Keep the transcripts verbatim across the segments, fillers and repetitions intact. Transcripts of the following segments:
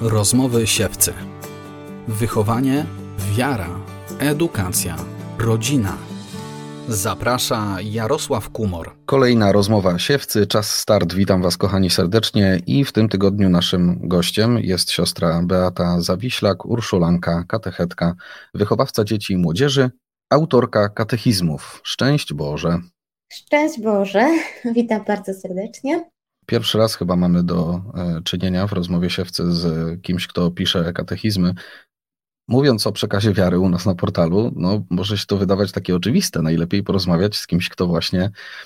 Rozmowy siewcy. Wychowanie, wiara, edukacja, rodzina. Zaprasza Jarosław Kumor. Kolejna rozmowa siewcy, czas start. Witam Was kochani serdecznie i w tym tygodniu naszym gościem jest siostra Beata Zawiślak, urszulanka, katechetka, wychowawca dzieci i młodzieży, autorka katechizmów. Szczęść Boże. Szczęść Boże, witam bardzo serdecznie. Pierwszy raz chyba mamy do czynienia w rozmowie siewcy z kimś, kto pisze katechizmy. Mówiąc o przekazie wiary u nas na portalu, no może się to wydawać takie oczywiste. Najlepiej porozmawiać z kimś, kto właśnie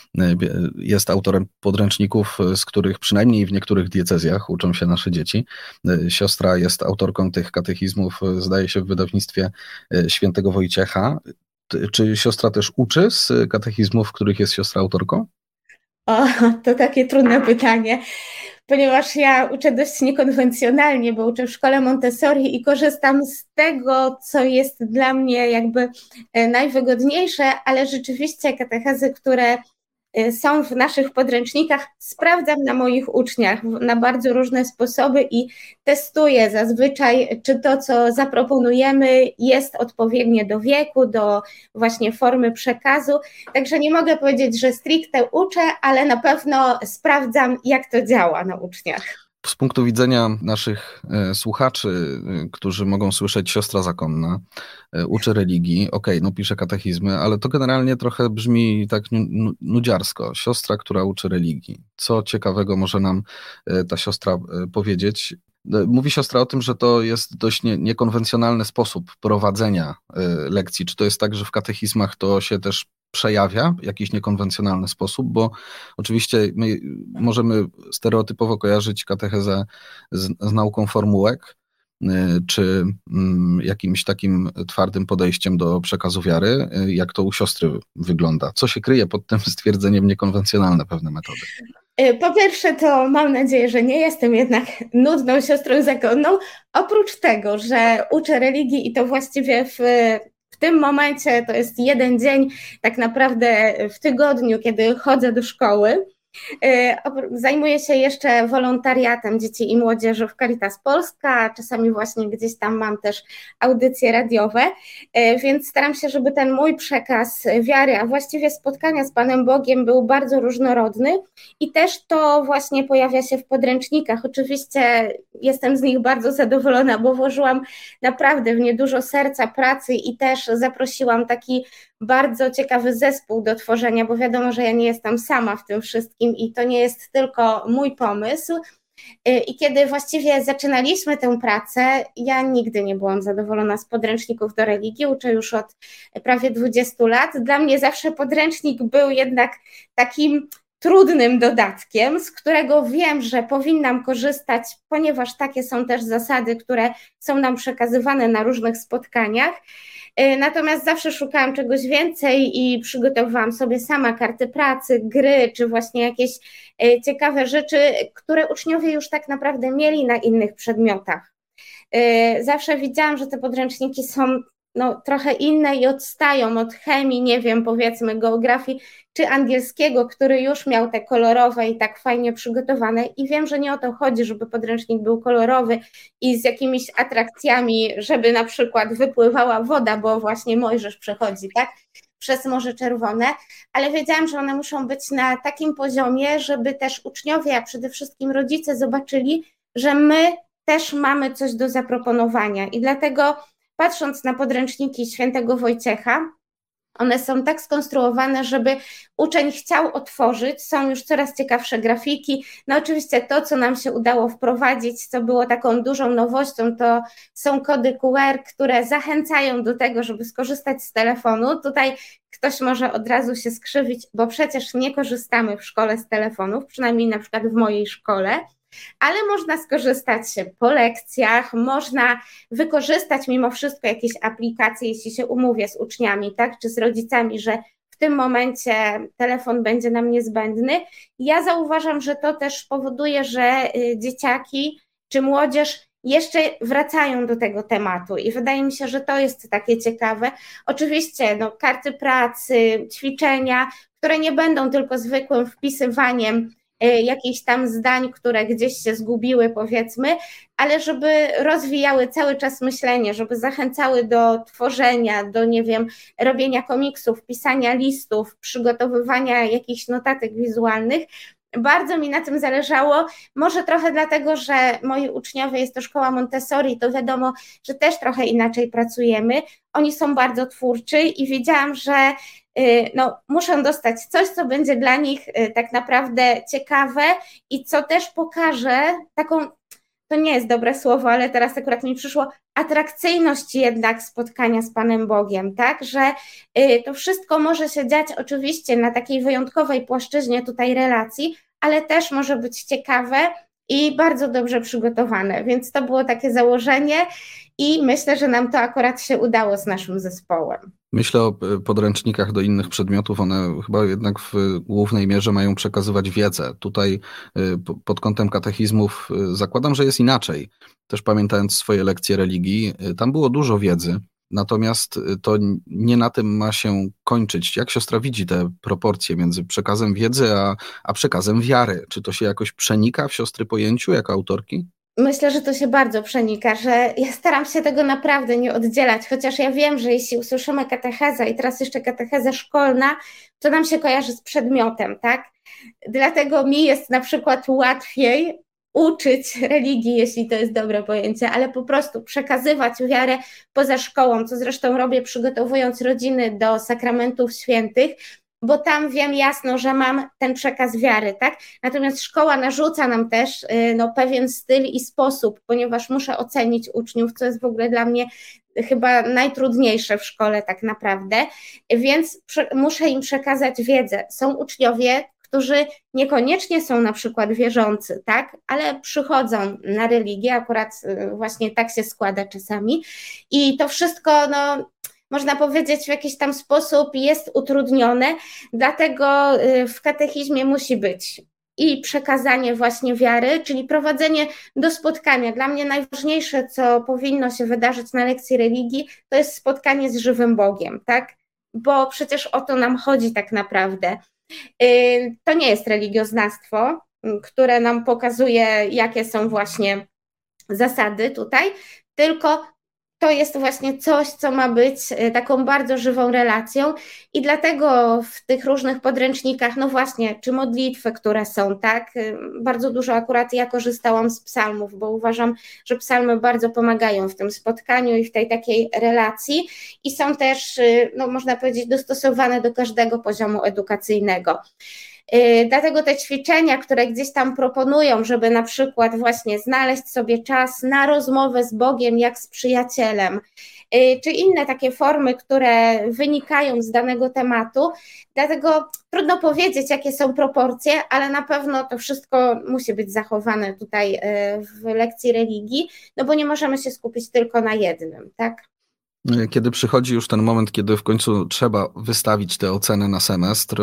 jest autorem podręczników, z których przynajmniej w niektórych diecezjach uczą się nasze dzieci. Siostra jest autorką tych katechizmów, zdaje się, w wydawnictwie świętego Wojciecha. Czy siostra też uczy z katechizmów, w których jest siostra autorką? O, to takie trudne pytanie, ponieważ ja uczę dość niekonwencjonalnie, bo uczę w szkole Montessori i korzystam z tego, co jest dla mnie jakby najwygodniejsze, ale rzeczywiście katechezy, które są w naszych podręcznikach, sprawdzam na moich uczniach na bardzo różne sposoby i testuję zazwyczaj, czy to, co zaproponujemy, jest odpowiednie do wieku, do właśnie formy przekazu. Także nie mogę powiedzieć, że stricte uczę, ale na pewno sprawdzam, jak to działa na uczniach. Z punktu widzenia naszych słuchaczy, którzy mogą słyszeć siostra zakonna, uczy religii, okej, no pisze katechizmy, ale to generalnie trochę brzmi tak nudziarsko. Siostra, która uczy religii. Co ciekawego może nam ta siostra powiedzieć? Mówi siostra o tym, że to jest dość nie, niekonwencjonalny sposób prowadzenia lekcji. Czy to jest tak, że w katechizmach to się też przejawia w jakiś niekonwencjonalny sposób, bo oczywiście my możemy stereotypowo kojarzyć katechezę z, z nauką formułek, czy jakimś takim twardym podejściem do przekazu wiary, jak to u siostry wygląda. Co się kryje pod tym stwierdzeniem niekonwencjonalne pewne metody? Po pierwsze, to mam nadzieję, że nie jestem jednak nudną siostrą zakonną, oprócz tego, że uczę religii i to właściwie w W tym momencie to jest jeden dzień tak naprawdę w tygodniu, kiedy chodzę do szkoły. Zajmuję się jeszcze wolontariatem dzieci i młodzieży w Caritas Polska, czasami właśnie gdzieś tam mam też audycje radiowe, więc staram się, żeby ten mój przekaz wiary, a właściwie spotkania z Panem Bogiem był bardzo różnorodny i też to właśnie pojawia się w podręcznikach. Oczywiście jestem z nich bardzo zadowolona, bo włożyłam naprawdę w nie dużo serca, pracy i też zaprosiłam taki bardzo ciekawy zespół do tworzenia, bo wiadomo, że ja nie jestem sama w tym wszystkim i to nie jest tylko mój pomysł. I kiedy właściwie zaczynaliśmy tę pracę, ja nigdy nie byłam zadowolona z podręczników do religii, uczę już od prawie dwudziestu lat. Dla mnie zawsze podręcznik był jednak takim trudnym dodatkiem, z którego wiem, że powinnam korzystać, ponieważ takie są też zasady, które są nam przekazywane na różnych spotkaniach. Natomiast zawsze szukałam czegoś więcej i przygotowywałam sobie sama karty pracy, gry, czy właśnie jakieś ciekawe rzeczy, które uczniowie już tak naprawdę mieli na innych przedmiotach. Zawsze widziałam, że te podręczniki są no, trochę inne i odstają od chemii, nie wiem, powiedzmy geografii czy angielskiego, który już miał te kolorowe i tak fajnie przygotowane i wiem, że nie o to chodzi, żeby podręcznik był kolorowy i z jakimiś atrakcjami, żeby na przykład wypływała woda, bo właśnie Mojżesz przechodzi, tak, przez Morze Czerwone, ale wiedziałam, że one muszą być na takim poziomie, żeby też uczniowie, a przede wszystkim rodzice zobaczyli, że my też mamy coś do zaproponowania i dlatego patrząc na podręczniki świętego Wojciecha, one są tak skonstruowane, żeby uczeń chciał otworzyć, są już coraz ciekawsze grafiki. No oczywiście to, co nam się udało wprowadzić, co było taką dużą nowością, to są kody Q R, które zachęcają do tego, żeby skorzystać z telefonu. Tutaj ktoś może od razu się skrzywić, bo przecież nie korzystamy w szkole z telefonów, przynajmniej na przykład w mojej szkole. Ale można skorzystać po lekcjach, można wykorzystać mimo wszystko jakieś aplikacje, jeśli się umówię z uczniami, tak, czy z rodzicami, że w tym momencie telefon będzie nam niezbędny. Ja zauważam, że to też powoduje, że dzieciaki czy młodzież jeszcze wracają do tego tematu i wydaje mi się, że to jest takie ciekawe. Oczywiście no, karty pracy, ćwiczenia, które nie będą tylko zwykłym wpisywaniem jakichś tam zdań, które gdzieś się zgubiły, powiedzmy, ale żeby rozwijały cały czas myślenie, żeby zachęcały do tworzenia, do, nie wiem, robienia komiksów, pisania listów, przygotowywania jakichś notatek wizualnych. Bardzo mi na tym zależało, może trochę dlatego, że moi uczniowie, jest to szkoła Montessori, to wiadomo, że też trochę inaczej pracujemy. Oni są bardzo twórczy i wiedziałam, że no, muszą dostać coś, co będzie dla nich tak naprawdę ciekawe i co też pokaże taką, to nie jest dobre słowo, ale teraz akurat mi przyszło, atrakcyjność jednak spotkania z Panem Bogiem, tak, że to wszystko może się dziać oczywiście na takiej wyjątkowej płaszczyźnie tutaj relacji, ale też może być ciekawe i bardzo dobrze przygotowane, więc to było takie założenie i myślę, że nam to akurat się udało z naszym zespołem. Myślę o podręcznikach do innych przedmiotów, one chyba jednak w głównej mierze mają przekazywać wiedzę. Tutaj pod kątem katechizmów zakładam, że jest inaczej. Też pamiętając swoje lekcje religii, tam było dużo wiedzy, natomiast to nie na tym ma się kończyć. Jak siostra widzi te proporcje między przekazem wiedzy a, a przekazem wiary? Czy to się jakoś przenika w siostry pojęciu jako autorki? Myślę, że to się bardzo przenika, że ja staram się tego naprawdę nie oddzielać, chociaż ja wiem, że jeśli usłyszymy katechezę i teraz jeszcze katecheza szkolna, to nam się kojarzy z przedmiotem, tak? Dlatego mi jest na przykład łatwiej uczyć religii, jeśli to jest dobre pojęcie, ale po prostu przekazywać wiarę poza szkołą, co zresztą robię przygotowując rodziny do sakramentów świętych, bo tam wiem jasno, że mam ten przekaz wiary, tak? Natomiast szkoła narzuca nam też no, pewien styl i sposób, ponieważ muszę ocenić uczniów, co jest w ogóle dla mnie chyba najtrudniejsze w szkole tak naprawdę, więc prze- muszę im przekazać wiedzę. Są uczniowie, którzy niekoniecznie są na przykład wierzący, tak? Ale przychodzą na religię, akurat właśnie tak się składa czasami i to wszystko, no, można powiedzieć, w jakiś tam sposób jest utrudnione, dlatego w katechizmie musi być i przekazanie właśnie wiary, czyli prowadzenie do spotkania. Dla mnie najważniejsze, co powinno się wydarzyć na lekcji religii, to jest spotkanie z żywym Bogiem, tak? Bo przecież o to nam chodzi tak naprawdę. To nie jest religioznawstwo, które nam pokazuje, jakie są właśnie zasady tutaj, tylko to jest właśnie coś, co ma być taką bardzo żywą relacją i dlatego w tych różnych podręcznikach, no właśnie, czy modlitwy, które są, tak, bardzo dużo akurat ja korzystałam z psalmów, bo uważam, że psalmy bardzo pomagają w tym spotkaniu i w tej takiej relacji i są też, no można powiedzieć, dostosowane do każdego poziomu edukacyjnego. Dlatego te ćwiczenia, które gdzieś tam proponują, żeby na przykład właśnie znaleźć sobie czas na rozmowę z Bogiem jak z przyjacielem, czy inne takie formy, które wynikają z danego tematu, dlatego trudno powiedzieć, jakie są proporcje, ale na pewno to wszystko musi być zachowane tutaj w lekcji religii, no bo nie możemy się skupić tylko na jednym, tak? Kiedy przychodzi już ten moment, kiedy w końcu trzeba wystawić te oceny na semestr,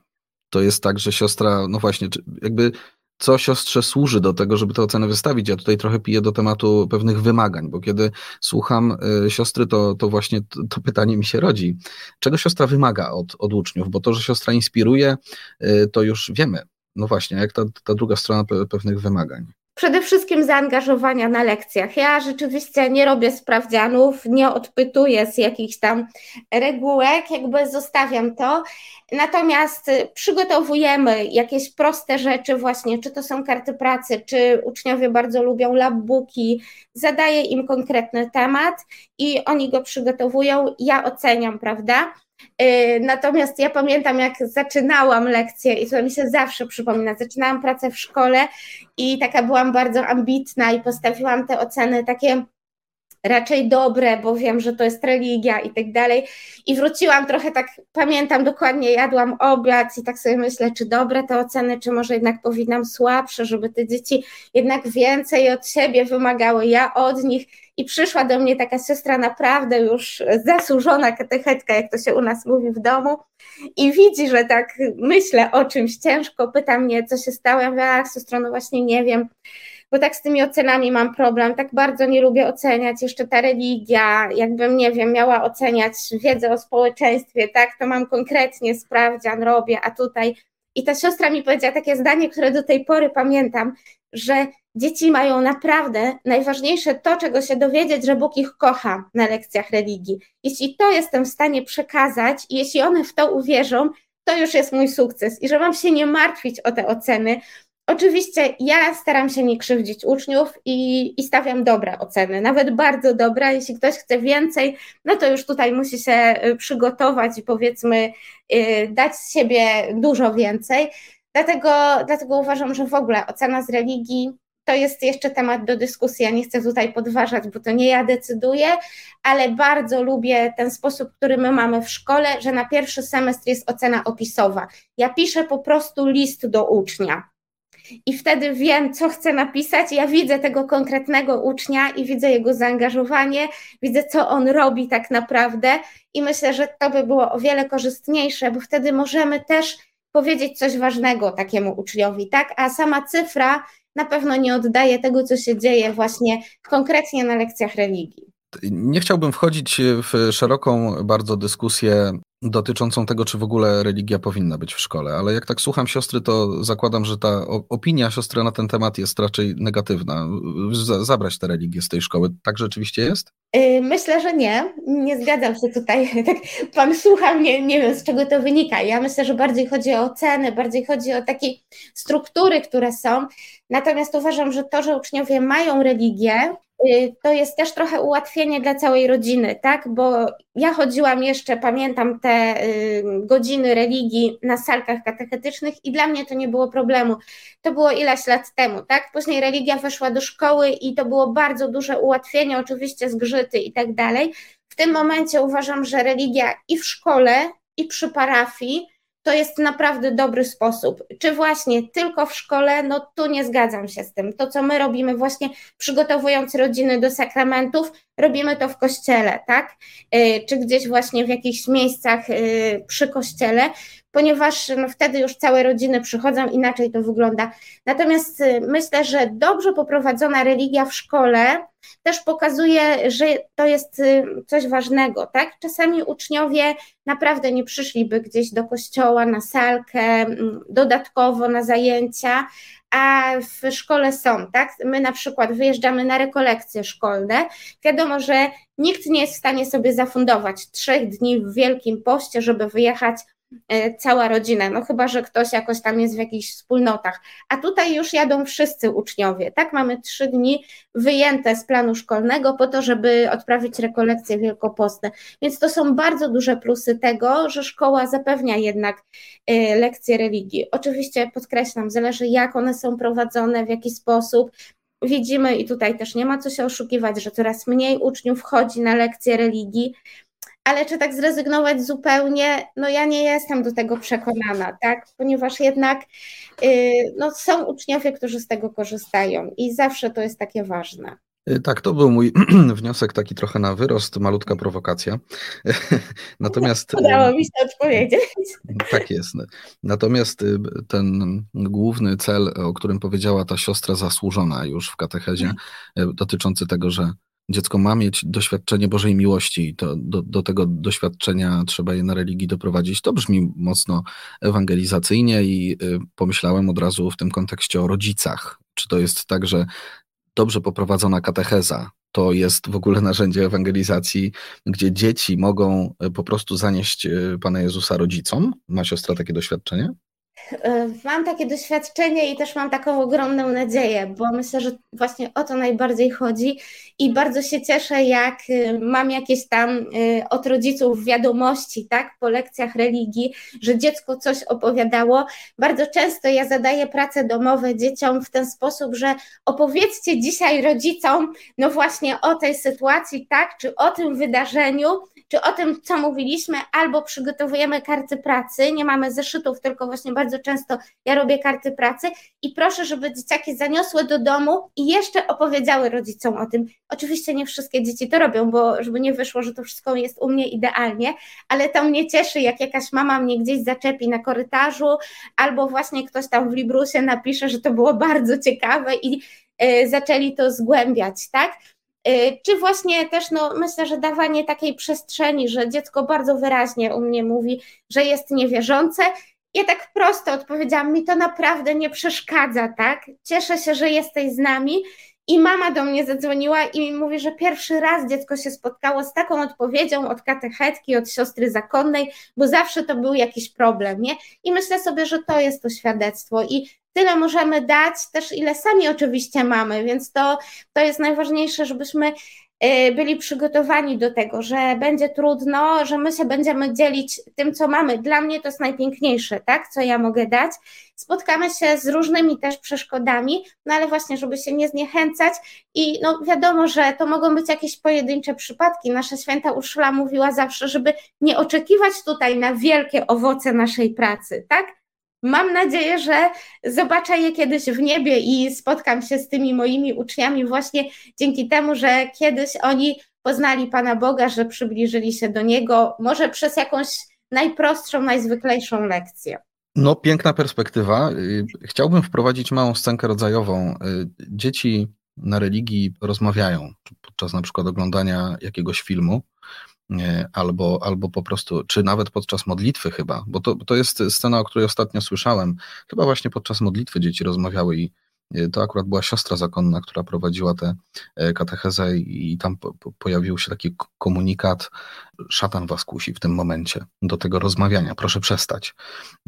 to jest tak, że siostra, no właśnie, jakby co siostrze służy do tego, żeby te oceny wystawić? Ja tutaj trochę piję do tematu pewnych wymagań, bo kiedy słucham siostry, to, to właśnie to, to pytanie mi się rodzi. Czego siostra wymaga od, od uczniów? Bo to, że siostra inspiruje, to już wiemy. No właśnie, jak ta, ta druga strona pewnych wymagań? Przede wszystkim zaangażowania na lekcjach. Ja rzeczywiście nie robię sprawdzianów, nie odpytuję z jakichś tam regułek, jakby zostawiam to. Natomiast przygotowujemy jakieś proste rzeczy właśnie, czy to są karty pracy, czy uczniowie bardzo lubią labbooki, zadaję im konkretny temat i oni go przygotowują, ja oceniam, prawda? Natomiast ja pamiętam, jak zaczynałam lekcję i to mi się zawsze przypomina, zaczynałam pracę w szkole i taka byłam bardzo ambitna i postawiłam te oceny takie raczej dobre, bo wiem, że to jest religia i tak dalej i wróciłam trochę tak, pamiętam dokładnie, jadłam obiad i tak sobie myślę, czy dobre te oceny, czy może jednak powinnam słabsze, żeby te dzieci jednak więcej od siebie wymagały, ja od nich i przyszła do mnie taka siostra naprawdę już zasłużona katechetka, jak to się u nas mówi w domu i widzi, że tak myślę o czymś ciężko, pyta mnie, co się stało, ja mówię, ach siostro, no właśnie nie wiem, bo tak z tymi ocenami mam problem, tak bardzo nie lubię oceniać, jeszcze ta religia, jakbym, nie wiem, miała oceniać wiedzę o społeczeństwie, tak, to mam konkretnie sprawdzian, robię, a tutaj I ta siostra mi powiedziała takie zdanie, które do tej pory pamiętam, że dzieci mają naprawdę najważniejsze to, czego się dowiedzieć, że Bóg ich kocha na lekcjach religii. Jeśli to jestem w stanie przekazać i jeśli one w to uwierzą, to już jest mój sukces i że mam się nie martwić o te oceny. Oczywiście ja staram się nie krzywdzić uczniów i, i stawiam dobre oceny, nawet bardzo dobre. Jeśli ktoś chce więcej, no to już tutaj musi się przygotować i powiedzmy dać z siebie dużo więcej. Dlatego, dlatego uważam, że w ogóle ocena z religii to jest jeszcze temat do dyskusji. Ja nie chcę tutaj podważać, bo to nie ja decyduję, ale bardzo lubię ten sposób, który my mamy w szkole, że na pierwszy semestr jest ocena opisowa. Ja piszę po prostu list do ucznia i wtedy wiem, co chcę napisać. Ja widzę tego konkretnego ucznia i widzę jego zaangażowanie, widzę, co on robi tak naprawdę i myślę, że to by było o wiele korzystniejsze, bo wtedy możemy też powiedzieć coś ważnego takiemu uczniowi, tak? A sama cyfra na pewno nie oddaje tego, co się dzieje właśnie konkretnie na lekcjach religii. Nie chciałbym wchodzić w szeroką bardzo dyskusję dotyczącą tego, czy w ogóle religia powinna być w szkole, ale jak tak słucham siostry, to zakładam, że ta opinia siostry na ten temat jest raczej negatywna. Zabrać tę religię z tej szkoły. Tak rzeczywiście jest? Myślę, że nie. Nie zgadzam się tutaj. Tak, pan słucha mnie, nie wiem, z czego to wynika. Ja myślę, że bardziej chodzi o oceny, bardziej chodzi o takie struktury, które są. Natomiast uważam, że to, że uczniowie mają religię, to jest też trochę ułatwienie dla całej rodziny, tak? Bo ja chodziłam jeszcze, pamiętam te godziny religii na salkach katechetycznych i dla mnie to nie było problemu. To było ileś lat temu, tak? Później religia weszła do szkoły i to było bardzo duże ułatwienie, oczywiście zgrzyty i tak dalej. W tym momencie uważam, że religia i w szkole, i przy parafii to jest naprawdę dobry sposób. Czy właśnie tylko w szkole? No tu nie zgadzam się z tym. To, co my robimy właśnie przygotowując rodziny do sakramentów, robimy to w kościele, tak? Czy gdzieś właśnie w jakichś miejscach przy kościele, ponieważ no, wtedy już całe rodziny przychodzą, inaczej to wygląda. Natomiast myślę, że dobrze poprowadzona religia w szkole też pokazuje, że to jest coś ważnego, tak? Czasami uczniowie naprawdę nie przyszliby gdzieś do kościoła na salkę, dodatkowo na zajęcia, a w szkole są, tak? My na przykład wyjeżdżamy na rekolekcje szkolne. Wiadomo, że nikt nie jest w stanie sobie zafundować trzech dni w Wielkim Poście, żeby wyjechać cała rodzina, no chyba że ktoś jakoś tam jest w jakichś wspólnotach, a tutaj już jadą wszyscy uczniowie, tak? Mamy trzy dni wyjęte z planu szkolnego po to, żeby odprawić rekolekcje wielkopostne, więc to są bardzo duże plusy tego, że szkoła zapewnia jednak lekcje religii. Oczywiście podkreślam, zależy jak one są prowadzone, w jaki sposób. Widzimy i tutaj też nie ma co się oszukiwać, że coraz mniej uczniów chodzi na lekcje religii, ale czy tak zrezygnować zupełnie, no ja nie jestem do tego przekonana, tak? Ponieważ jednak yy, no, są uczniowie, którzy z tego korzystają i zawsze to jest takie ważne. Tak, to był mój wniosek taki trochę na wyrost, malutka prowokacja. Natomiast udało mi się odpowiedzieć. Tak jest. Natomiast ten główny cel, o którym powiedziała ta siostra zasłużona już w katechezie, dotyczący tego, że dziecko ma mieć doświadczenie Bożej miłości i to do, do tego doświadczenia trzeba je na religii doprowadzić. To brzmi mocno ewangelizacyjnie i pomyślałem od razu w tym kontekście o rodzicach. Czy to jest tak, że dobrze poprowadzona katecheza to jest w ogóle narzędzie ewangelizacji, gdzie dzieci mogą po prostu zanieść Pana Jezusa rodzicom? Ma siostra takie doświadczenie? Mam takie doświadczenie i też mam taką ogromną nadzieję, bo myślę, że właśnie o to najbardziej chodzi i bardzo się cieszę, jak mam jakieś tam od rodziców wiadomości, tak, po lekcjach religii, że dziecko coś opowiadało. Bardzo często ja zadaję prace domowe dzieciom w ten sposób, że opowiedzcie dzisiaj rodzicom, no właśnie o tej sytuacji, tak, czy o tym wydarzeniu, czy o tym, co mówiliśmy, albo przygotowujemy karty pracy, nie mamy zeszytów, tylko właśnie bardzo często ja robię karty pracy i proszę, żeby dzieciaki zaniosły do domu i jeszcze opowiedziały rodzicom o tym. Oczywiście nie wszystkie dzieci to robią, bo żeby nie wyszło, że to wszystko jest u mnie idealnie, ale to mnie cieszy, jak jakaś mama mnie gdzieś zaczepi na korytarzu, albo właśnie ktoś tam w Librusie napisze, że to było bardzo ciekawe i y, zaczęli to zgłębiać, tak? Czy właśnie też, no myślę, że dawanie takiej przestrzeni, że dziecko bardzo wyraźnie u mnie mówi, że jest niewierzące Ja tak prosto odpowiedziałam, mi to naprawdę nie przeszkadza, tak? Cieszę się, że jesteś z nami. I mama do mnie zadzwoniła i mówi, że pierwszy raz dziecko się spotkało z taką odpowiedzią od katechetki, od siostry zakonnej, bo zawsze to był jakiś problem, nie? I myślę sobie, że to jest to świadectwo i tyle możemy dać, też ile sami oczywiście mamy, więc to, to jest najważniejsze, żebyśmy byli przygotowani do tego, że będzie trudno, że my się będziemy dzielić tym, co mamy. Dla mnie to jest najpiękniejsze, tak, co ja mogę dać. Spotkamy się z różnymi też przeszkodami, no ale właśnie, żeby się nie zniechęcać i no wiadomo, że to mogą być jakieś pojedyncze przypadki. Nasza święta Urszula mówiła zawsze, żeby nie oczekiwać tutaj na wielkie owoce naszej pracy, tak? Mam nadzieję, że zobaczę je kiedyś w niebie i spotkam się z tymi moimi uczniami właśnie dzięki temu, że kiedyś oni poznali Pana Boga, że przybliżyli się do Niego, może przez jakąś najprostszą, najzwyklejszą lekcję. No, piękna perspektywa. Chciałbym wprowadzić małą scenkę rodzajową. Dzieci na religii rozmawiają podczas na przykład oglądania jakiegoś filmu, albo, albo po prostu, czy nawet podczas modlitwy chyba, bo to, to jest scena, o której ostatnio słyszałem. Chyba właśnie podczas modlitwy dzieci rozmawiały i to akurat była siostra zakonna, która prowadziła tę katechezę i tam po, po, pojawił się taki komunikat: szatan was kusi w tym momencie do tego rozmawiania, proszę przestać.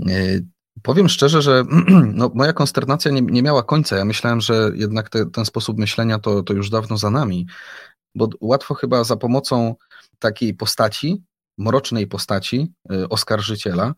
Powiem szczerze, że no, moja konsternacja nie, nie miała końca. Ja myślałem, że jednak te, ten sposób myślenia to, to już dawno za nami, bo łatwo chyba za pomocą takiej postaci, mrocznej postaci oskarżyciela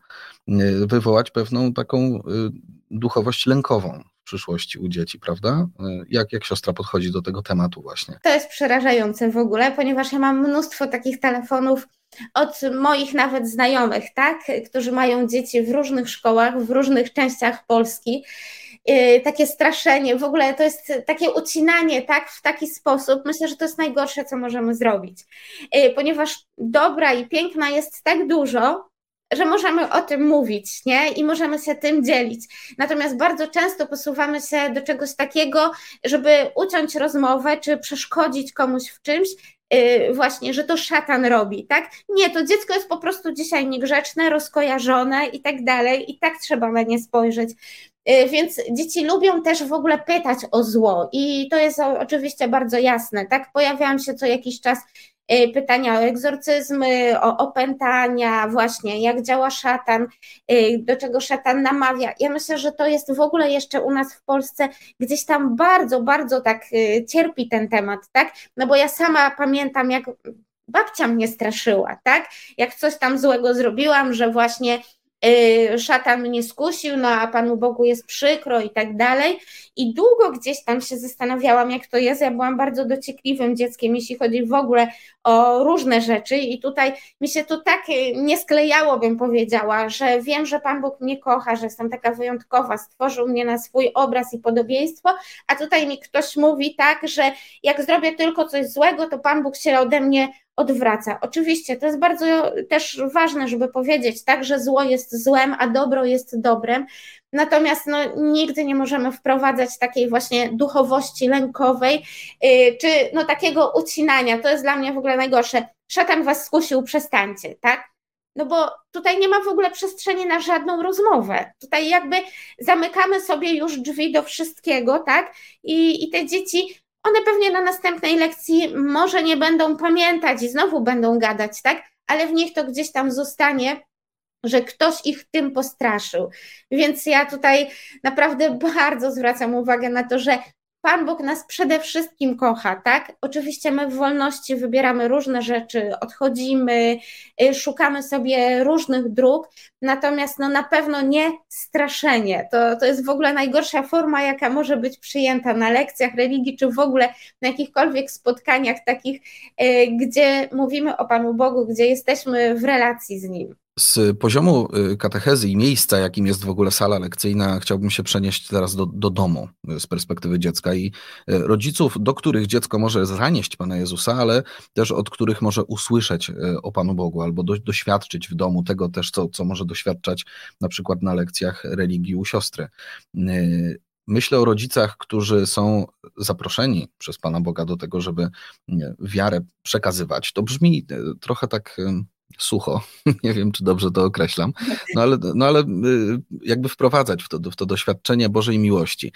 wywołać pewną taką duchowość lękową w przyszłości u dzieci, prawda? Jak, jak siostra podchodzi do tego tematu właśnie? To jest przerażające w ogóle, ponieważ ja mam mnóstwo takich telefonów od moich nawet znajomych, tak, którzy mają dzieci w różnych szkołach, w różnych częściach Polski. Yy, takie straszenie, w ogóle to jest takie ucinanie, tak, w taki sposób. Myślę, że to jest najgorsze, co możemy zrobić, yy, ponieważ dobra i piękna jest tak dużo, że możemy o tym mówić, nie? I możemy się tym dzielić. Natomiast bardzo często posuwamy się do czegoś takiego, żeby uciąć rozmowę, czy przeszkodzić komuś w czymś, Yy, właśnie, że to szatan robi, tak? Nie, to dziecko jest po prostu dzisiaj niegrzeczne, rozkojarzone i tak dalej, i tak trzeba na nie spojrzeć. Yy, więc dzieci lubią też w ogóle pytać o zło i to jest o, oczywiście bardzo jasne, tak? Pojawiają się co jakiś czas yy, pytania o egzorcyzmy, o opętania, właśnie jak działa szatan, yy, do czego szatan namawia. Ja myślę, że to jest w ogóle jeszcze u nas w Polsce gdzieś tam bardzo, bardzo tak yy, cierpi ten temat, tak? No bo ja sama pamiętam, jak babcia mnie straszyła, tak? Jak coś tam złego zrobiłam, że właśnie yy, szatan mnie skusił, no a Panu Bogu jest przykro i tak dalej. I długo gdzieś tam się zastanawiałam, jak to jest. Ja byłam bardzo dociekliwym dzieckiem, jeśli chodzi w ogóle o różne rzeczy i tutaj mi się to tak nie sklejało, bym powiedziała, że wiem, że Pan Bóg mnie kocha, że jestem taka wyjątkowa, stworzył mnie na swój obraz i podobieństwo, a tutaj mi ktoś mówi tak, że jak zrobię tylko coś złego, to Pan Bóg się ode mnie odwraca. Oczywiście to jest bardzo też ważne, żeby powiedzieć, tak, że zło jest złem, a dobro jest dobrem. Natomiast no, nigdy nie możemy wprowadzać takiej właśnie duchowości lękowej, yy, czy no, takiego ucinania. To jest dla mnie w ogóle najgorsze. Szatan was skusił, przestańcie, tak? No bo tutaj nie ma w ogóle przestrzeni na żadną rozmowę. Tutaj jakby zamykamy sobie już drzwi do wszystkiego, tak? I, i te dzieci, one pewnie na następnej lekcji może nie będą pamiętać i znowu będą gadać, tak? Ale w nich to gdzieś tam zostanie, że ktoś ich tym postraszył. Więc ja tutaj naprawdę bardzo zwracam uwagę na to, że Pan Bóg nas przede wszystkim kocha, tak? Oczywiście my w wolności wybieramy różne rzeczy, odchodzimy, szukamy sobie różnych dróg, natomiast no na pewno nie straszenie. To, to jest w ogóle najgorsza forma, jaka może być przyjęta na lekcjach religii, czy w ogóle na jakichkolwiek spotkaniach takich, gdzie mówimy o Panu Bogu, gdzie jesteśmy w relacji z Nim. Z poziomu katechezy i miejsca, jakim jest w ogóle sala lekcyjna, chciałbym się przenieść teraz do, do domu z perspektywy dziecka i rodziców, do których dziecko może zanieść Pana Jezusa, ale też od których może usłyszeć o Panu Bogu albo do, doświadczyć w domu tego też, co, co może doświadczać na przykład na lekcjach religii u siostry. Myślę o rodzicach, którzy są zaproszeni przez Pana Boga do tego, żeby wiarę przekazywać. To brzmi trochę tak sucho, nie wiem, czy dobrze to określam, no ale, no ale jakby wprowadzać w to, w to doświadczenie Bożej miłości.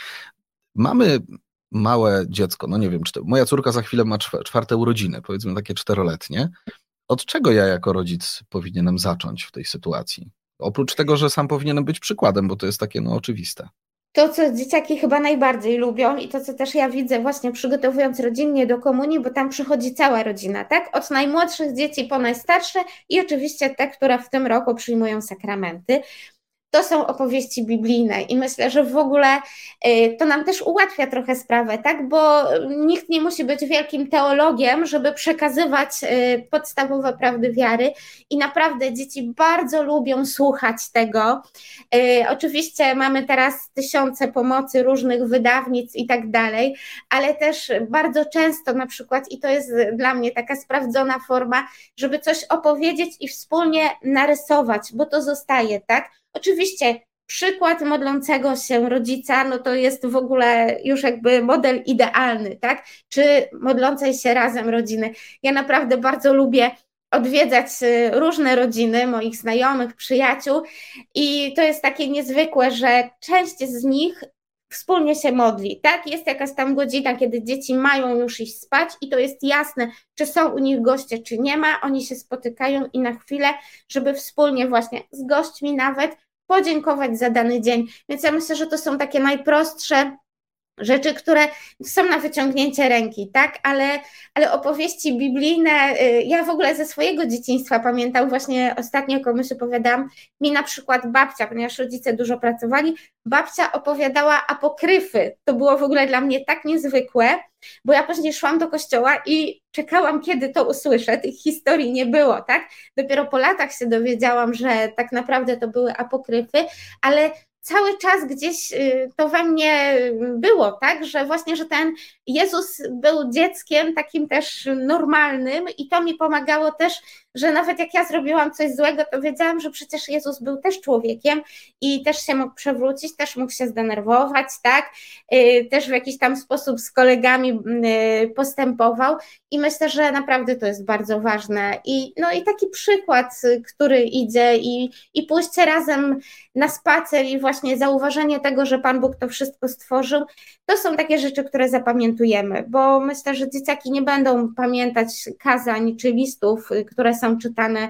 Mamy małe dziecko, no nie wiem, czy to, moja córka za chwilę ma czwarte urodziny, powiedzmy takie czteroletnie. Od czego ja jako rodzic powinienem zacząć w tej sytuacji? Oprócz tego, że sam powinienem być przykładem, bo to jest takie no oczywiste. To, co dzieciaki chyba najbardziej lubią i to, co też ja widzę właśnie przygotowując rodzinnie do komunii, bo tam przychodzi cała rodzina, tak? Od najmłodszych dzieci po najstarsze i oczywiście te, które w tym roku przyjmują sakramenty. To są opowieści biblijne i myślę, że w ogóle to nam też ułatwia trochę sprawę, tak? Bo nikt nie musi być wielkim teologiem, żeby przekazywać podstawowe prawdy wiary i naprawdę dzieci bardzo lubią słuchać tego. Oczywiście mamy teraz tysiące pomocy różnych wydawnictw i tak dalej, ale też bardzo często na przykład, i to jest dla mnie taka sprawdzona forma, żeby coś opowiedzieć i wspólnie narysować, bo to zostaje, tak? Oczywiście przykład modlącego się rodzica, no to jest w ogóle już jakby model idealny, tak? Czy modlącej się razem rodziny. Ja naprawdę bardzo lubię odwiedzać różne rodziny moich znajomych, przyjaciół i to jest takie niezwykłe, że część z nich wspólnie się modli, tak? Jest jakaś tam godzina, kiedy dzieci mają już iść spać i to jest jasne, czy są u nich goście, czy nie ma, oni się spotykają i na chwilę, żeby wspólnie właśnie z gośćmi nawet podziękować za dany dzień. Więc ja myślę, że to są takie najprostsze rzeczy, które są na wyciągnięcie ręki, tak? Ale, ale opowieści biblijne, ja w ogóle ze swojego dzieciństwa pamiętam, właśnie ostatnio komuś opowiadałam, mi na przykład babcia, ponieważ rodzice dużo pracowali, babcia opowiadała apokryfy. To było w ogóle dla mnie tak niezwykłe, bo ja później szłam do kościoła i czekałam, kiedy to usłyszę. Tych historii nie było, tak? Dopiero po latach się dowiedziałam, że tak naprawdę to były apokryfy, ale cały czas gdzieś to we mnie było, tak, że właśnie, że ten Jezus był dzieckiem takim też normalnym i to mi pomagało też, że nawet jak ja zrobiłam coś złego, to wiedziałam, że przecież Jezus był też człowiekiem i też się mógł przewrócić, też mógł się zdenerwować, tak, też w jakiś tam sposób z kolegami postępował i myślę, że naprawdę to jest bardzo ważne i no i taki przykład, który idzie i, i pójście razem na spacer i właśnie zauważenie tego, że Pan Bóg to wszystko stworzył, to są takie rzeczy, które zapamiętujemy, bo myślę, że dzieciaki nie będą pamiętać kazań czy listów, które są czytane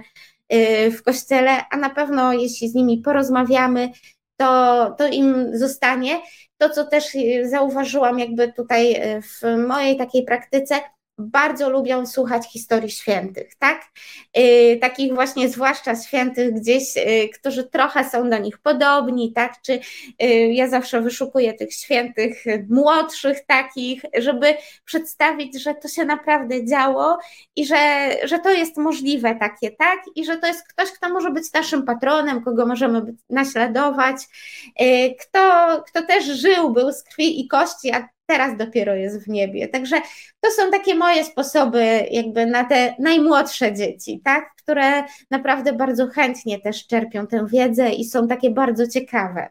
w kościele, a na pewno jeśli z nimi porozmawiamy, to, to im zostanie. To, co też zauważyłam jakby tutaj w mojej takiej praktyce, bardzo lubią słuchać historii świętych, tak? Yy, takich właśnie zwłaszcza świętych gdzieś, yy, którzy trochę są do nich podobni, tak? Czy yy, ja zawsze wyszukuję tych świętych młodszych takich, żeby przedstawić, że to się naprawdę działo i że, że to jest możliwe takie, tak? I że to jest ktoś, kto może być naszym patronem, kogo możemy naśladować, yy, kto, kto też żył, był z krwi i kości, a teraz dopiero jest w niebie. Także to są takie moje sposoby jakby na te najmłodsze dzieci, tak? Które naprawdę bardzo chętnie też czerpią tę wiedzę i są takie bardzo ciekawe.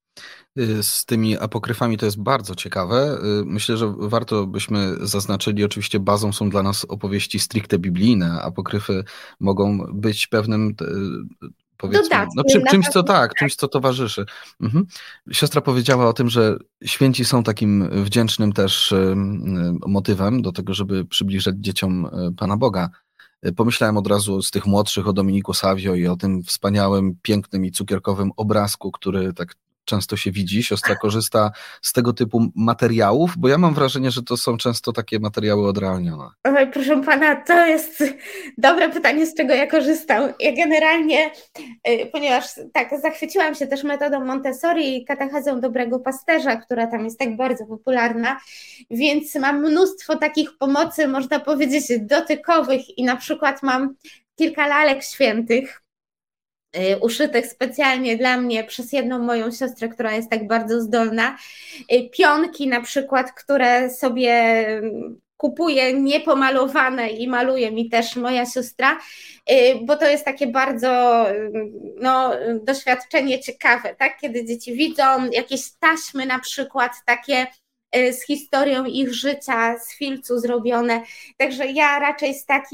Z tymi apokryfami to jest bardzo ciekawe. Myślę, że warto byśmy zaznaczyli, oczywiście bazą są dla nas opowieści stricte biblijne. Apokryfy mogą być pewnym powiedzmy, no czym, czymś, co tak, czymś, co towarzyszy. Mhm. Siostra powiedziała o tym, że święci są takim wdzięcznym też motywem do tego, żeby przybliżać dzieciom Pana Boga. Pomyślałem od razu z tych młodszych o Dominiku Savio i o tym wspaniałym, pięknym i cukierkowym obrazku, który tak często się widzi. Siostra korzysta z tego typu materiałów, bo ja mam wrażenie, że to są często takie materiały odrealnione. Oj, proszę pana, to jest dobre pytanie, z czego ja korzystam. Ja generalnie, ponieważ tak, zachwyciłam się też metodą Montessori i katechezą dobrego pasterza, która tam jest tak bardzo popularna, więc mam mnóstwo takich pomocy, można powiedzieć, dotykowych i na przykład mam kilka lalek świętych, uszytych specjalnie dla mnie przez jedną moją siostrę, która jest tak bardzo zdolna. Pionki na przykład, które sobie kupuję niepomalowane i maluje mi też moja siostra, bo to jest takie bardzo no, doświadczenie ciekawe, tak? Kiedy dzieci widzą jakieś taśmy na przykład takie z historią ich życia, z filcu zrobione. Także ja raczej z takich